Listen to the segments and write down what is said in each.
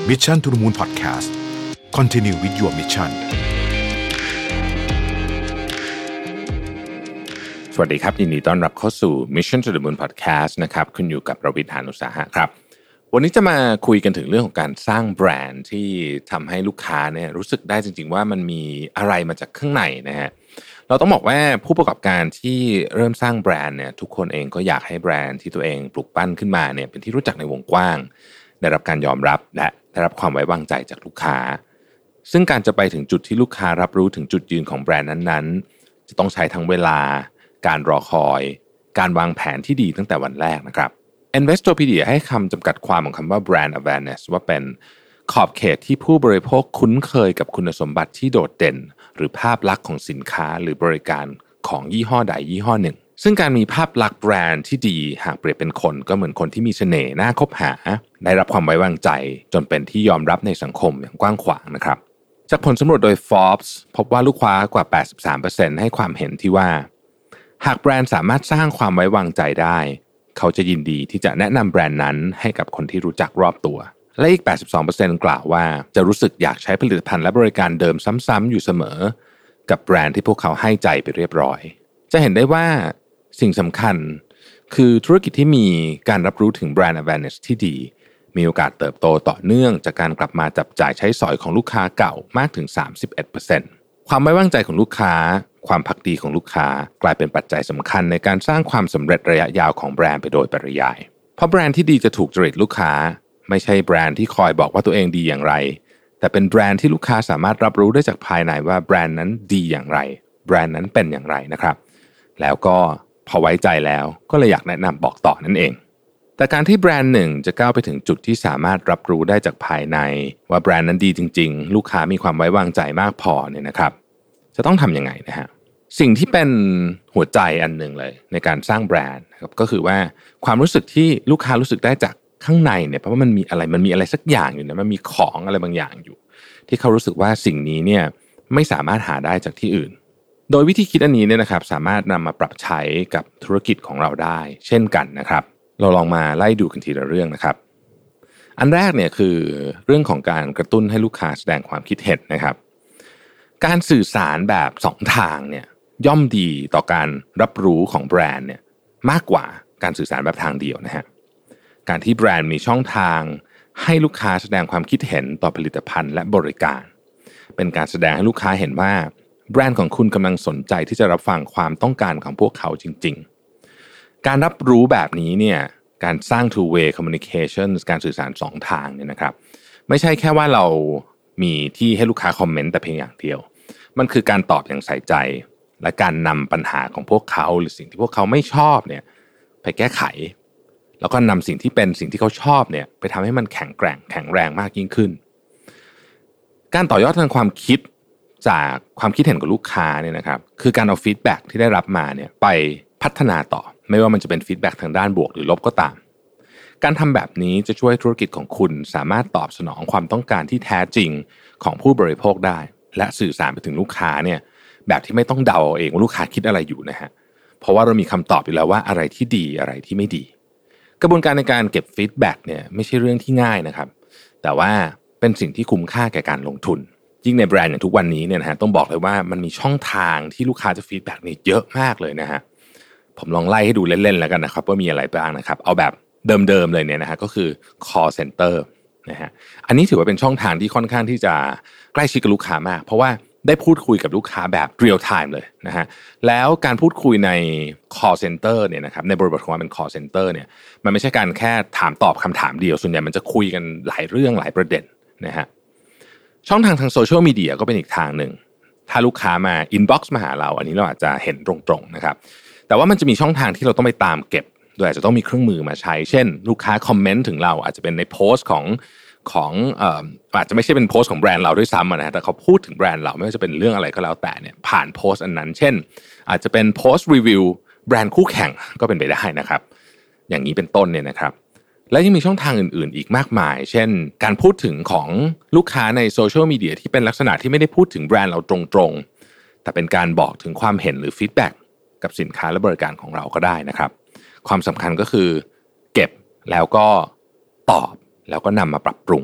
Mission to the Moon Podcast Continue with your mission สวัสดีครับยินดีต้อนรับเข้าสู่ Mission to the Moon Podcast นะครับคุณอยู่กับประวิทย์ หาญอุตสาหะครับวันนี้จะมาคุยกันถึงเรื่องของการสร้างแบรนด์ที่ทำให้ลูกค้าเนี่ยรู้สึกได้จริงๆว่ามันมีอะไรมาจากข้างในนะฮะเราต้องบอกว่าผู้ประกอบการที่เริ่มสร้างแบรนด์เนี่ยทุกคนเองก็อยากให้แบรนด์ที่ตัวเองปลูกปั้นขึ้นมาเนี่ยเป็นที่รู้จักในวงกว้างได้รับการยอมรับและได้รับความไว้วางใจจากลูกค้าซึ่งการจะไปถึงจุดที่ลูกค้ารับรู้ถึงจุดยืนของแบรนด์นั้นๆจะต้องใช้ทั้งเวลาการรอคอยการวางแผนที่ดีตั้งแต่วันแรกนะครับ Investopedia ให้คำจำกัดความของคำว่า brand awareness ว่าเป็นขอบเขตที่ผู้บริโภคคุ้นเคยกับคุณสมบัติที่โดดเด่นหรือภาพลักษณ์ของสินค้าหรือบริการของยี่ห้อใดยี่ห้อหนึ่งซึ่งการมีภาพลักษณ์แบรนด์ที่ดีหากเปรียบเป็นคนก็เหมือนคนที่มีเสน่ห์น่าคบหาได้รับความไว้วางใจจนเป็นที่ยอมรับในสังคมอย่างกว้างขวางนะครับจากผลสำรวจโดย Forbes พบว่าลูกค้ากว่า 83% ให้ความเห็นที่ว่าหากแบรนด์สามารถสร้างความไว้วางใจได้เขาจะยินดีที่จะแนะนำแบรนด์นั้นให้กับคนที่รู้จักรอบตัวและอีก 82% กล่าวว่าจะรู้สึกอยากใช้ผลิตภัณฑ์และบริการเดิมซ้ำๆอยู่เสมอกับแบรนด์ที่พวกเขาให้ใจไปเรียบร้อยจะเห็นได้ว่าสิ่งสำคัญคือธุรกิจที่มีการรับรู้ถึงแบรนด์ awareness ที่ดีมีโอกาสเติบโตต่อเนื่องจากการกลับมาจับจ่ายใช้สอยของลูกค้าเก่ามากถึง 31% ความไว้วางใจของลูกค้าความภักดีของลูกค้ากลายเป็นปัจจัยสำคัญในการสร้างความสำเร็จระยะยาวของแบรนด์ไปโดยปริยายเพราะแบรนด์ที่ดีจะถูกจริตลูกค้าไม่ใช่แบรนด์ที่คอยบอกว่าตัวเองดีอย่างไรแต่เป็นแบรนด์ที่ลูกค้าสามารถรับรู้ได้จากภายในว่าแบรนด์นั้นดีอย่างไรแบรนด์นั้นเป็นอย่างไรนะครับแล้วก็พอไว้ใจแล้วก็เลยอยากแนะนำบอกต่อนั่นเองแต่การที่แบรนด์หนึ่งจะก้าวไปถึงจุดที่สามารถรับรู้ได้จากภายในว่าแบรนด์นั้นดีจริงๆลูกค้ามีความไว้วางใจมากพอเนี่ยนะครับจะต้องทำยังไงนะฮะสิ่งที่เป็นหัวใจอันหนึ่งเลยในการสร้างแบรนด์นะครับก็คือว่าความรู้สึกที่ลูกค้ารู้สึกได้จากข้างในเนี่ยเพราะว่ามันมีอะไรสักอย่างอยู่นะมันมีของอะไรบางอย่างอยู่ที่เขารู้สึกว่าสิ่งนี้เนี่ยไม่สามารถหาได้จากที่อื่นโดยวิธีคิดอันนี้เนี่ยนะครับสามารถนำมาปรับใช้กับธุรกิจของเราได้เช่นกันนะครับเราลองมาไล่ดูกันทีละเรื่องนะครับอันแรกเนี่ยคือเรื่องของการกระตุ้นให้ลูกค้าแสดงความคิดเห็นนะครับการสื่อสารแบบ2ทางเนี่ยย่อมดีต่อการรับรู้ของแบรนด์เนี่ยมากกว่าการสื่อสารแบบทางเดียวนะฮะการที่แบรนด์มีช่องทางให้ลูกค้าแสดงความคิดเห็นต่อผลิตภัณฑ์และบริการเป็นการแสดงให้ลูกค้าเห็นว่าแบรนด์ของคุณกำลังสนใจที่จะรับฟังความต้องการของพวกเขาจริงๆการรับรู้แบบนี้เนี่ยการสร้าง two way communication การสื่อสาร2ทางเนี่ยนะครับไม่ใช่แค่ว่าเรามีที่ให้ลูกค้าคอมเมนต์แต่เพียงอย่างเดียวมันคือการตอบอย่างใส่ใจและการนำปัญหาของพวกเขาหรือสิ่งที่พวกเขาไม่ชอบเนี่ยไปแก้ไขแล้วก็นำสิ่งที่เป็นสิ่งที่เขาชอบเนี่ยไปทำให้มันแข็งแรงมากยิ่งขึ้นการต่อยอดทางความคิดจากความคิดเห็นของลูกค้าเนี่ยนะครับคือการเอาฟีดแบ็กที่ได้รับมาเนี่ยไปพัฒนาต่อไม่ว่ามันจะเป็นฟีดแบ็กทางด้านบวกหรือลบก็ตามการทำแบบนี้จะช่วยธุรกิจของคุณสามารถตอบสนองความต้องการที่แท้จริงของผู้บริโภคได้และสื่อสารไปถึงลูกค้าเนี่ยแบบที่ไม่ต้องเดาเองว่าลูกค้าคิดอะไรอยู่นะฮะเพราะว่าเรามีคำตอบอยู่แล้วว่าอะไรที่ดีอะไรที่ไม่ดีกระบวนการในการเก็บฟีดแบ็กเนี่ยไม่ใช่เรื่องที่ง่ายนะครับแต่ว่าเป็นสิ่งที่คุ้มค่าแก่การลงทุนยิ่งในแบรนด์อย่างทุกวันนี้เนี่ยนะฮะต้องบอกเลยว่ามันมีช่องทางที่ลูกค้าจะฟีดแบ็กนี่เยอะมากเลยนะฮะผมลองไล่ให้ดูเล่นๆแล้วกันนะครับว่ามีอะไรบ้างนะครับเอาแบบเดิมๆเลยเนี่ยนะฮะก็คือ call center นะฮะอันนี้ถือว่าเป็นช่องทางที่ค่อนข้างที่จะใกล้ชิดกับลูกค้ามากเพราะว่าได้พูดคุยกับลูกค้าแบบ real time เลยนะฮะแล้วการพูดคุยใน call center เนี่ยนะครับในบริบทของมันเป็น call center เนี่ยมันไม่ใช่การแค่ถามตอบคำถามเดียวส่วนใหญ่มันจะคุยกันหลายเรื่องหลายประเด็นนะฮะช่องทางโซเชียลมีเดียก็เป็นอีกทางหนึ่งถ้าลูกค้ามา inbox มาหาเราอันนี้เราอาจจะเห็นตรงๆนะครับแต่ว่ามันจะมีช่องทางที่เราต้องไปตามเก็บโดยอาจจะต้องมีเครื่องมือมาใช้เช่นลูกค้าคอมเมนต์ถึงเราอาจจะเป็นในโพสต์ของอาจจะไม่ใช่เป็นโพสต์ของแบรนด์เราด้วยซ้ำนะฮะแต่เขาพูดถึงแบรนด์เราไม่ว่าจะเป็นเรื่องอะไรก็แล้วแต่เนี่ยผ่านโพสต์อันนั้นเช่นอาจจะเป็นโพสต์รีวิวแบรนด์คู่แข่งก็เป็นไปได้นะครับอย่างนี้เป็นต้นเนี่ยนะครับและยังมีช่องทางอื่นๆอีกมากมายเช่นการพูดถึงของลูกค้าในโซเชียลมีเดียที่เป็นลักษณะที่ไม่ได้พูดถึงแบรนด์เราตรงๆแต่เป็นการบอกถึงความเห็นหรือฟีดแบ็กกับสินค้าและบริการของเราก็ได้นะครับความสำคัญก็คือเก็บแล้วก็ตอบแล้วก็นำมาปรับปรุง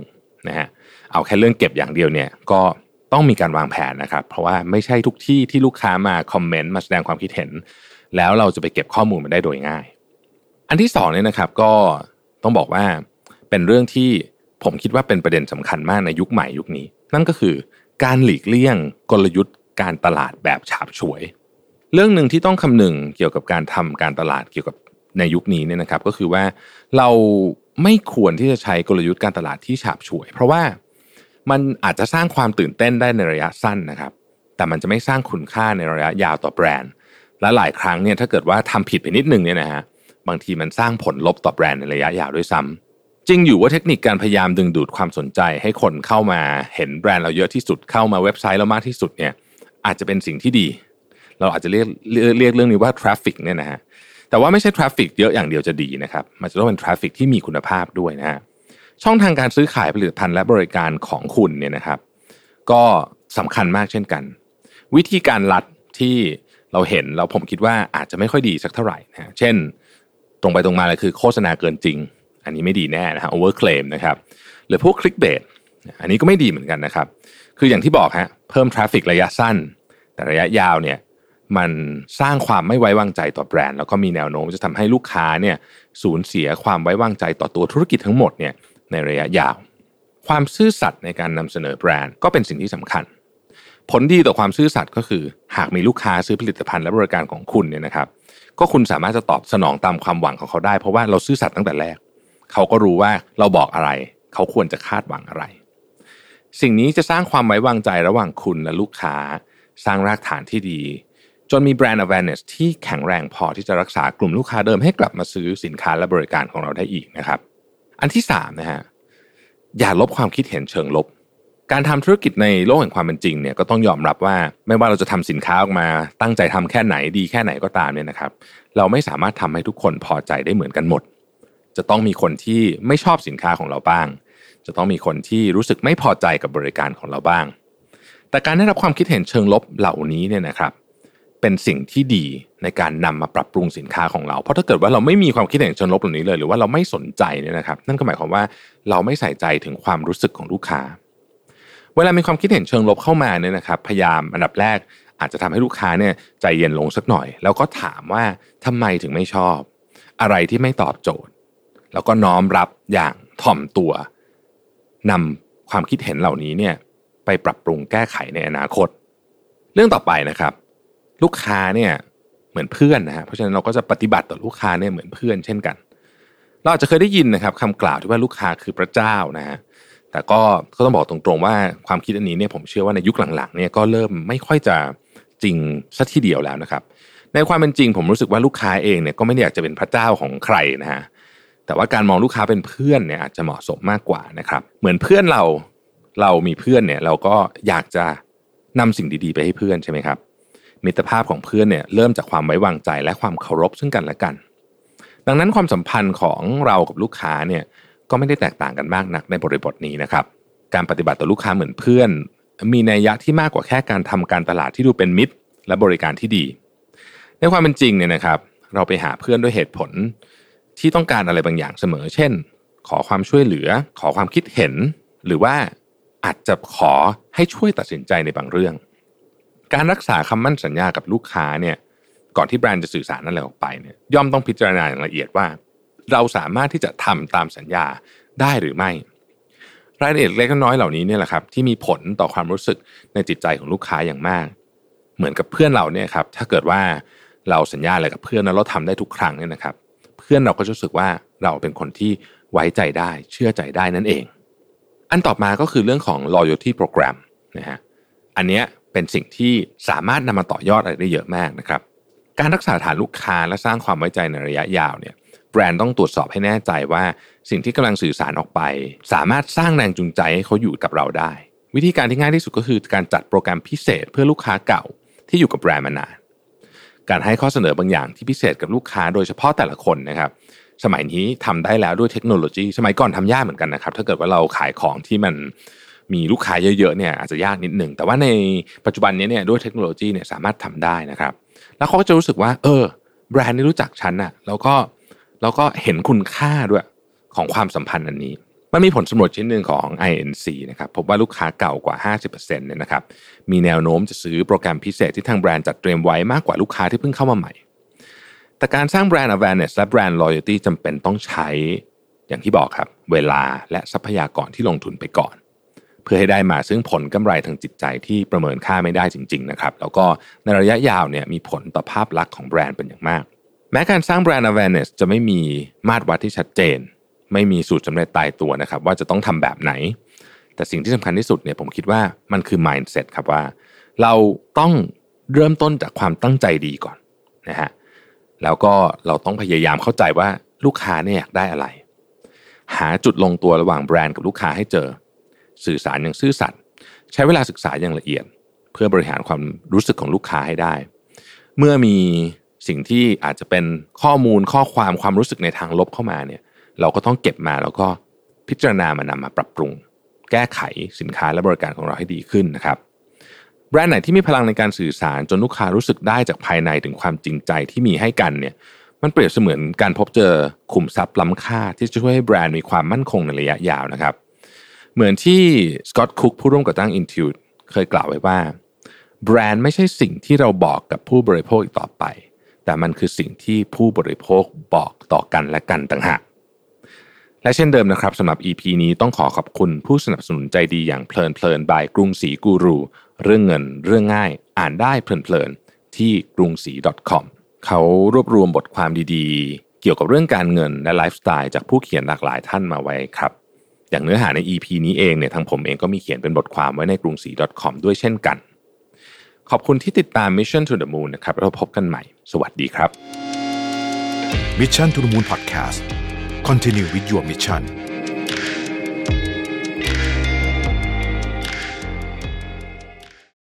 นะฮะเอาแค่เรื่องเก็บอย่างเดียวเนี่ยก็ต้องมีการวางแผนนะครับเพราะว่าไม่ใช่ทุกที่ที่ลูกค้ามาคอมเมนต์มาแสดงความคิดเห็นแล้วเราจะไปเก็บข้อมูลมันได้โดยง่ายอันที่2เนี่ยนะครับก็ต้องบอกว่าเป็นเรื่องที่ผมคิดว่าเป็นประเด็นสำคัญมากในยุคใหม่ยุคนี้นั่นก็คือการหลีกเลี่ยงกลยุทธ์การตลาดแบบฉาบฉวยเรื่องนึงที่ต้องคำนึงเกี่ยวกับการทำการตลาดเกี่ยวกับในยุคนี้เนี่ยนะครับก็คือว่าเราไม่ควรที่จะใช้กลยุทธ์การตลาดที่ฉาบฉวยเพราะว่ามันอาจจะสร้างความตื่นเต้นได้ในระยะสั้นนะครับแต่มันจะไม่สร้างคุณค่าในระยะยาวต่อแบรนด์และหลายครั้งเนี่ยถ้าเกิดว่าทำผิดไปนิดนึงเนี่ยนะฮะบางทีมันสร้างผลลบต่อแบรนด์ในระยะยาวด้วยซ้ำจริงอยู่ว่าเทคนิคการพยายามดึงดูดความสนใจให้คนเข้ามาเห็นแบรนด์เราเยอะที่สุดเข้ามาเว็บไซต์เรามากที่สุดเนี่ยอาจจะเป็นสิ่งที่ดีเราอาจจะเรียกเรื่องนี้ว่า traffic เนี่ยนะฮะแต่ว่าไม่ใช่ traffic เยอะอย่างเดียวจะดีนะครับมันจะต้องเป็น traffic ที่มีคุณภาพด้วยนะฮะช่องทางการซื้อขายผลิตภัณฑ์และบริการของคุณเนี่ยนะครับก็สำคัญมากเช่นกันวิธีการลัดที่เราเห็นเราผมคิดว่าอาจจะไม่ค่อยดีสักเท่าไหร่นะเช่นตรงไปตรงมาเลยคือโฆษณาเกินจริงอันนี้ไม่ดีแน่นะฮะ overclaim นะครับหรือพวก clickbait อันนี้ก็ไม่ดีเหมือนกันนะครับคืออย่างที่บอกฮะเพิ่ม traffic ระยะสั้นแต่ระยะยาวเนี่ยมันสร้างความไม่ไว้วางใจต่อแบรนด์แล้วก็มีแนวโน้มจะทำให้ลูกค้าเนี่ยสูญเสียความไว้วางใจต่อตัวธุรกิจทั้งหมดเนี่ยในระยะยาวความซื่อสัตย์ในการนำเสนอแบรนด์ก็เป็นสิ่งที่สำคัญผลดีต่อความซื่อสัตย์ก็คือหากมีลูกค้าซื้อผลิตภัณฑ์และบริการของคุณเนี่ยนะครับก็คุณสามารถจะตอบสนองตามความหวังของเขาได้เพราะว่าเราซื่อสัตย์ตั้งแต่แรกเขาก็รู้ว่าเราบอกอะไรเขาควรจะคาดหวังอะไรสิ่งนี้จะสร้างความไว้วางใจระหว่างคุณและลูกค้าสร้างรากฐานที่ดีจนมีแบรนด์ awareness ที่แข็งแรงพอที่จะรักษากลุ่มลูกค้าเดิมให้กลับมาซื้อสินค้าและบริการของเราได้อีกนะครับอันที่3นะฮะอย่าลบความคิดเห็นเชิงลบการทำธุรกิจในโลกแห่งความเป็นจริงเนี่ยก็ต้องยอมรับว่าไม่ว่าเราจะทำสินค้าออกมาตั้งใจทำแค่ไหนดีแค่ไหนก็ตามเนี่ยนะครับเราไม่สามารถทำให้ทุกคนพอใจได้เหมือนกันหมดจะต้องมีคนที่ไม่ชอบสินค้าของเราบ้างจะต้องมีคนที่รู้สึกไม่พอใจกับบริการของเราบ้างแต่การได้รับความคิดเห็นเชิงลบเหล่านี้เนี่ยนะครับเป็นสิ่งที่ดีในการนำมาปรับปรุงสินค้าของเราเพราะถ้าเกิดว่าเราไม่มีความคิดเห็นเชิงลบเหล่านี้เลยหรือว่าเราไม่สนใจเนี่ยนะครับนั่นก็หมายความว่าเราไม่ใส่ใจถึงความรู้สึกของลูกค้าเวลามีความคิดเห็นเชิงลบเข้ามาเนี่ยนะครับพยายามอันดับแรกอาจจะทำให้ลูกค้าเนี่ยใจเย็นลงสักหน่อยแล้วก็ถามว่าทำไมถึงไม่ชอบอะไรที่ไม่ตอบโจทย์แล้วก็น้อมรับอย่างถ่อมตัวนำความคิดเห็นเหล่านี้เนี่ยไปปรับปรุงแก้ไขในอนาคตเรื่องต่อไปนะครับลูกค้าเนี่ยเหมือนเพื่อนนะฮะเพราะฉะนั้นเราก็จะปฏิบัติต่อลูกค้าเนี่ยเหมือนเพื่อนเช่นกันเราอาจจะเคยได้ยินนะครับคำกล่าวที่ว่าลูกค้าคือพระเจ้านะฮะแต่ก็ต้องบอกตรงๆว่าความคิดอันนี้เนี่ยผมเชื่อว่าในยุคหลังๆเนี่ยก็เริ่มไม่ค่อยจะจริงสักทีเดียวแล้วนะครับในความเป็นจริงผมรู้สึกว่าลูกค้าเองเนี่ยก็ไม่ได้อยากจะเป็นพระเจ้าของใครนะฮะแต่ว่าการมองลูกค้าเป็นเพื่อนเนี่ยอาจจะเหมาะสมมากกว่านะครับเหมือนเพื่อนเรามีเพื่อนเนี่ยเราก็อยากจะนำสิ่งดีๆไปให้เพื่อนใช่ไหมครับมิตรภาพของเพื่อนเนี่ยเริ่มจากความไว้วางใจและความเคารพซึ่งกันและกันดังนั้นความสัมพันธ์ของเรากับลูกค้าเนี่ยก็ไม่ได้แตกต่างกันมากนักในบริบทนี้นะครับการปฏิบัติต่อลูกค้าเหมือนเพื่อนมีนัยยะที่มากกว่าแค่การทำการตลาดที่ดูเป็นมิตรและบริการที่ดีในความเป็นจริงเนี่ยนะครับเราไปหาเพื่อนด้วยเหตุผลที่ต้องการอะไรบางอย่างเสมอเช่นขอความช่วยเหลือขอความคิดเห็นหรือว่าอาจจะขอให้ช่วยตัดสินใจในบางเรื่องการรักษาคำมั่นสัญญากับลูกค้าเนี่ยก่อนที่แบรนด์จะสื่อสารนั่นแหละออกไปเนี่ยย่อมต้องพิจารณาอย่างละเอียดว่าเราสามารถที่จะทำตามสัญญาได้หรือไม่รายละเอียดเล็กน้อยเหล่านี้เนี่ยแหละครับที่มีผลต่อความรู้สึกในจิตใจของลูกค้าอย่างมากเหมือนกับเพื่อนเราเนี่ยครับถ้าเกิดว่าเราสัญญาอะไรกับเพื่อนแล้วเราทำได้ทุกครั้งเนี่ยนะครับเพื่อนเราก็จะรู้สึกว่าเราเป็นคนที่ไว้ใจได้เชื่อใจได้นั่นเองอันต่อมาก็คือเรื่องของ loyalty program นะฮะอันเนี้ยเป็นสิ่งที่สามารถนำมาต่อยอดอะไรได้เยอะมากนะครับการรักษาฐานลูกค้าและสร้างความไว้ใจในระยะยาวเนี่ยแบรนด์ต้องตรวจสอบให้แน่ใจว่าสิ่งที่กำลังสื่อสารออกไปสามารถสร้างแรงจูงใจให้เขาอยู่กับเราได้วิธีการที่ง่ายที่สุดก็คือการจัดโปรแกรมพิเศษเพื่อลูกค้าเก่าที่อยู่กับแบรนด์มานานการให้ข้อเสนอบางอย่างที่พิเศษกับลูกค้าโดยเฉพาะแต่ละคนนะครับสมัยนี้ทำได้แล้วด้วยเทคโนโลยีสมัยก่อนทำยากเหมือนกันนะครับถ้าเกิดว่าเราขายของที่มันมีลูกค้าเยอะๆเนี่ยอาจจะยากนิดหนึ่งแต่ว่าในปัจจุบันนี้เนี่ยด้วยเทคโนโลยีเนี่ยสามารถทำได้นะครับแล้วเขาก็จะรู้สึกว่าแบรนด์นี้รู้จักฉันน่ะแล้วก็เห็นคุณค่าด้วยของความสัมพันธ์อันนี้มันมีผลสำรวจชิ้นหนึ่งของ INC นะครับพบว่าลูกค้าเก่ากว่า 50% เนี่ยนะครับมีแนวโน้มจะซื้อโปรแกรมพิเศษที่ทางแบรนด์จัดเตรียมไว้มากกว่าลูกค้าที่เพิ่งเข้ามาใหม่แต่การสร้างแบรนด์ awareness และแบรนด์ loyalty จำเป็นต้องใช้อย่างที่บอกครับเวลาและทรัพยากรที่ลงทุนไปก่อนเพื่อให้ได้มาซึ่งผลกำไรทางจิตใจที่ประเมินค่าไม่ได้จริงๆนะครับแล้วก็ในระยะยาวเนี่ยมีผลต่อภาพลักษณ์ของแบรนด์เป็นอย่างมากแม้การสร้างแบรนด์ awareness จะไม่มีมาตรวัดที่ชัดเจนไม่มีสูตรสำเร็จตายตัวนะครับว่าจะต้องทำแบบไหนแต่สิ่งที่สำคัญที่สุดเนี่ยผมคิดว่ามันคือ mindset ครับว่าเราต้องเริ่มต้นจากความตั้งใจดีก่อนนะฮะแล้วก็เราต้องพยายามเข้าใจว่าลูกค้าเนี่ยอยากได้อะไรหาจุดลงตัวระหว่างแบรนด์กับลูกค้าให้เจอสื่อสารอย่างซื่อสัตย์ใช้เวลาศึกษาอย่างละเอียดเพื่อบริหารความรู้สึกของลูกค้าให้ได้เมื่อมีสิ่งที่อาจจะเป็นข้อมูลข้อความรู้สึกในทางลบเข้ามาเนี่ยเราก็ต้องเก็บมาแล้วก็พิจารณามานำมาปรับปรุงแก้ไขสินค้าและบริการของเราให้ดีขึ้นนะครับแบรนด์ไหนที่มีพลังในการสื่อสารจนลูกค้ารู้สึกได้จากภายในถึงความจริงใจที่มีให้กันเนี่ยมันเปรียบเสมือนการพบเจอขุมทรัพย์ล้ำค่าที่จะช่วยให้แบรนด์มีความมั่นคงในระยะยาวนะครับเหมือนที่สกอตต์คุกผู้ร่วมก่อตั้ง Intuit เคยกล่าวไว้ว่าแบรนด์ไม่ใช่สิ่งที่เราบอกกับผู้บริโภคอีกต่อไปแต่มันคือสิ่งที่ผู้บริโภคบอกต่อกันและกันต่างหากและเช่นเดิมนะครับสำหรับ EP นี้ต้องขอบคุณผู้สนับสนุนใจดีอย่างเพลินบายกรุงศรีกูรูเรื่องเงินเรื่องง่ายอ่านได้เพลินที่กรุงศรี .com เขารวบรวมบทความดีๆเกี่ยวกับเรื่องการเงินและไลฟ์สไตล์จากผู้เขียนหลากหลายท่านมาไว้ครับอย่างเนื้อหาใน EP นี้เองเนี่ยทางผมเองก็มีเขียนเป็นบทความไว้ในกรุงศรี .com ด้วยเช่นกันขอบคุณที่ติดตาม Mission to the Moon นะครับแล้วพบกันใหม่สวัสดีครับ Mission to the Moon Podcast Continue with your mission